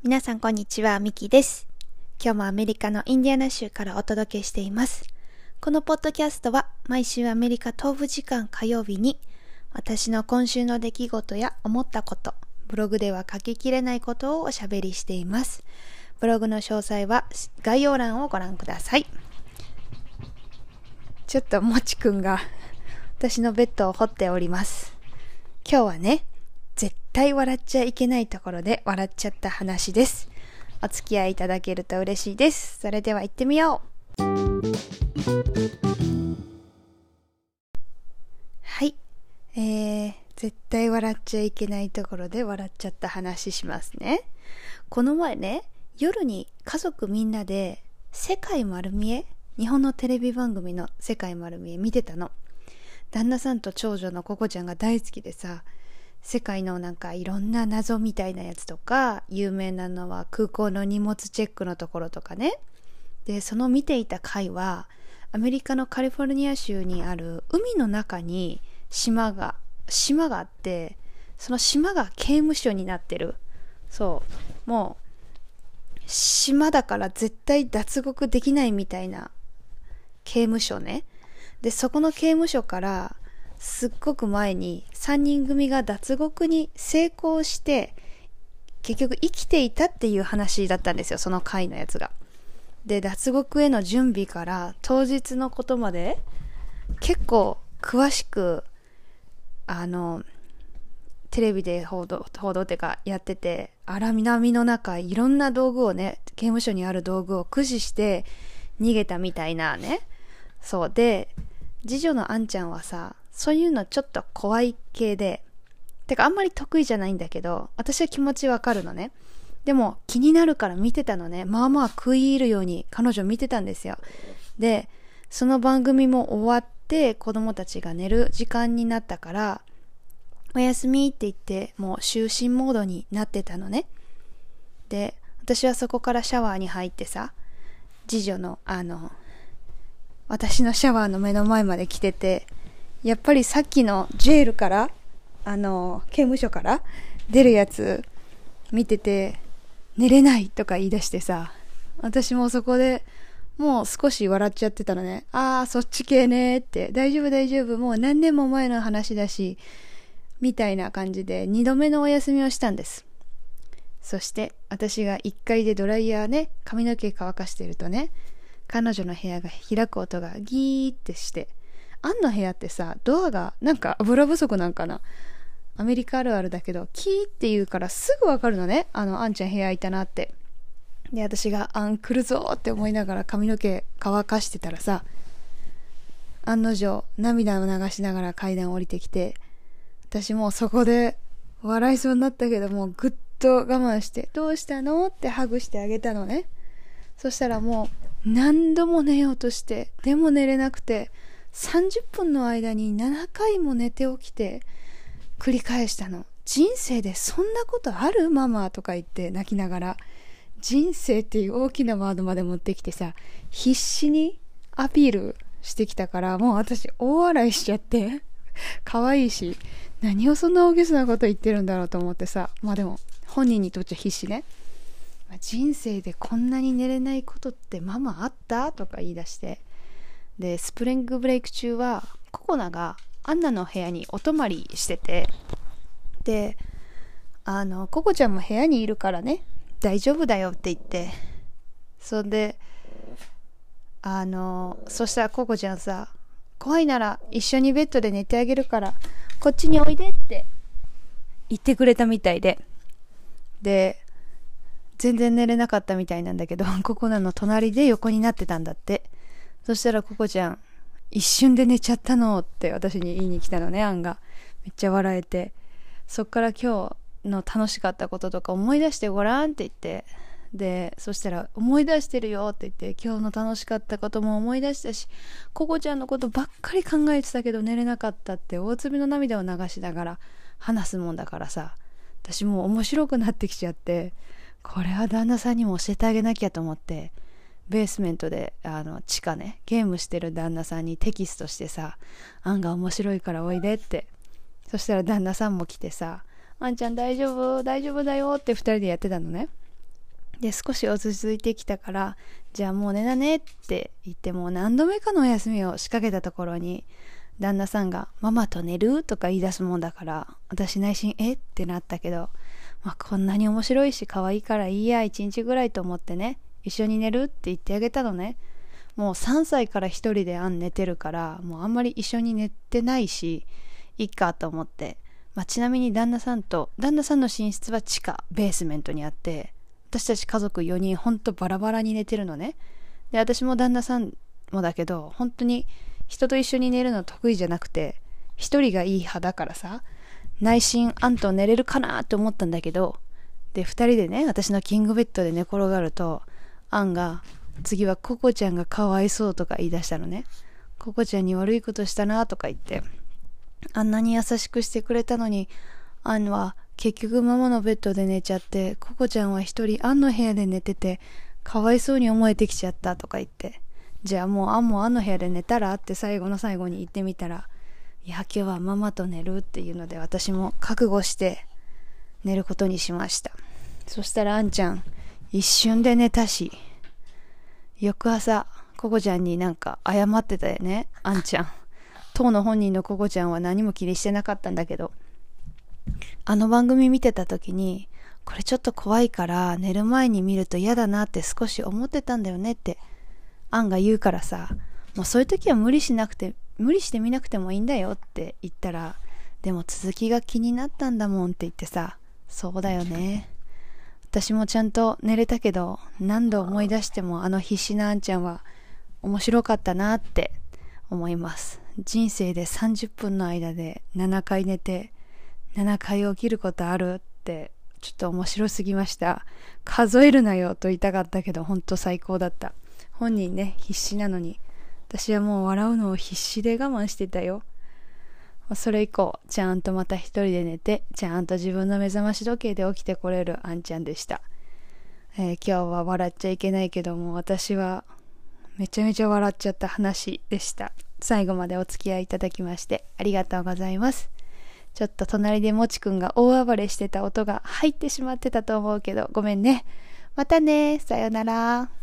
皆さんこんにちは、ミキです。今日もアメリカのインディアナ州からお届けしています。このポッドキャストは毎週アメリカ東部時間火曜日に私の今週の出来事や思ったこと、ブログでは書ききれないことをおしゃべりしています。ブログの詳細は概要欄をご覧ください。ちょっともちくんが私のベッドを掘っております。今日はね、絶対笑っちゃいけないところで笑っちゃった話です。お付き合いいただけると嬉しいです。それでは行ってみよう。はい、絶対笑っちゃいけないところで笑っちゃった話しますね。この前ね、夜に家族みんなで世界丸見え、日本のテレビ番組の世界丸見え見てたの。旦那さんと長女のココちゃんが大好きでさ、世界のなんかいろんな謎みたいなやつとか、有名なのは空港の荷物チェックのところとかね。で、その見ていた回はアメリカのカリフォルニア州にある海の中に島があって、その島が刑務所になってる。そう、もう島だから絶対脱獄できないみたいな刑務所ね。で、そこの刑務所からすっごく前に3人組が脱獄に成功して結局生きていたっていう話だったんですよ、その回のやつが。で、脱獄への準備から当日のことまで結構詳しくテレビで報道ってかやってて、荒波の中いろんな道具をね、刑務所にある道具を駆使して逃げたみたいなね。そうで、次女のあんちゃんはさ、そういうのちょっと怖い系で、てかあんまり得意じゃないんだけど、私は気持ちわかるのね。でも気になるから見てたのね。まあまあ食い入るように彼女見てたんですよ。で、その番組も終わって子供たちが寝る時間になったから、おやすみって言ってもう就寝モードになってたのね。で、私はそこからシャワーに入ってさ、次女の私のシャワーの目の前まで来てて、やっぱりさっきのジェールから刑務所から出るやつ見てて、寝れないとか言い出してさ、私もそこでもう少し笑っちゃってたのね。ああ、そっち系ねって、大丈夫、もう何年も前の話だしみたいな感じで2度目のお休みをしたんです。そして私が1階でドライヤーね、髪の毛乾かしてるとね、彼女の部屋が開く音がギーってして、アンの部屋ってさ、ドアがなんか油不足なんかな、アメリカあるあるだけど、キーって言うからすぐわかるのね。アンちゃん部屋いたなって。で、私がアン来るぞって思いながら髪の毛乾かしてたらさ、案の定涙を流しながら階段を降りてきて、私もうそこで笑いそうになったけど、もうぐっと我慢して、どうしたのってハグしてあげたのね。そしたらもう何度も寝ようとして、でも寝れなくて、30分の間に7回も寝て起きて繰り返したの。人生でそんなことあるママとか言って泣きながら、人生っていう大きなワードまで持ってきてさ、必死にアピールしてきたから、もう私大笑いしちゃって可愛いし、何をそんな大げさなこと言ってるんだろうと思ってさ、まあでも本人にとっちゃ必死ね。人生でこんなに寝れないことってママあったとか言い出して、で、スプリングブレイク中はココナがアンナの部屋にお泊まりしてて、で、ココちゃんも部屋にいるからね、大丈夫だよって言って、そんでそしたらココちゃんさ、怖いなら一緒にベッドで寝てあげるからこっちにおいでって言ってくれたみたいで、で、全然寝れなかったみたいなんだけど、ココナの隣で横になってたんだって。そしたらココちゃん、一瞬で寝ちゃったのって私に言いに来たのね、アンが。めっちゃ笑えて、そっから今日の楽しかったこととか思い出してごらんって言って、で、そしたら思い出してるよって言って、今日の楽しかったことも思い出したし、ココちゃんのことばっかり考えてたけど寝れなかったって大粒の涙を流しながら話すもんだからさ、私もう面白くなってきちゃって、これは旦那さんにも教えてあげなきゃと思って、ベースメントで地下ね、ゲームしてる旦那さんにテキストしてさ、アンが面白いからおいでって。そしたら旦那さんも来てさ、あんちゃん大丈夫だよって2人でやってたのね。 で、少し落ち着いてきたから、じゃあもう寝なねって言ってもう何度目かのお休みを仕掛けたところに、旦那さんがママと寝るとか言い出すもんだから、私内心ってなったけど、こんなに面白いし可愛いからいいや、一日ぐらいと思ってね、一緒に寝るって言ってあげたのね。もう3歳から一人で寝てるから、もうあんまり一緒に寝てないし、いいかと思って。ちなみに旦那さんの寝室は地下ベースメントにあって、私たち家族4人ほんとバラバラに寝てるのね。で、私も旦那さんもだけど、本当に人と一緒に寝るの得意じゃなくて、一人がいい派だからさ、内心アンと寝れるかなと思ったんだけど、で、二人でね、私のキングベッドで寝転がると、アンが、次はココちゃんがかわいそうとか言い出したのね。ココちゃんに悪いことしたなとか言って、あんなに優しくしてくれたのに、アンは結局ママのベッドで寝ちゃって、ココちゃんは一人アンの部屋で寝てて、かわいそうに思えてきちゃったとか言って、じゃあもうアンもアンの部屋で寝たらって最後の最後に言ってみたら、いや今日はママと寝るっていうので私も覚悟して寝ることにしました。そしたらアンちゃん一瞬で寝たし、翌朝ココちゃんになんか謝ってたよね、アンちゃん。当の本人のココちゃんは何も気にしてなかったんだけど、あの番組見てた時に、これちょっと怖いから寝る前に見ると嫌だなって少し思ってたんだよねってアンが言うからさ、もうそういう時は無理して見なくてもいいんだよって言ったら、でも続きが気になったんだもんって言ってさ、そうだよね。私もちゃんと寝れたけど、何度思い出してもあの必死なあんちゃんは面白かったなって思います。人生で30分の間で7回寝て7回起きることあるってちょっと面白すぎました。数えるなよと言いたかったけど本当最高だった。本人ね必死なのに、私はもう笑うのを必死で我慢してたよ。それ以降ちゃんとまた一人で寝て、ちゃんと自分の目覚まし時計で起きてこれるあんちゃんでした。今日は笑っちゃいけないけども、私はめちゃめちゃ笑っちゃった話でした。最後までお付き合いいただきましてありがとうございます。ちょっと隣でもちくんが大暴れしてた音が入ってしまってたと思うけどごめんね。またね、さよなら。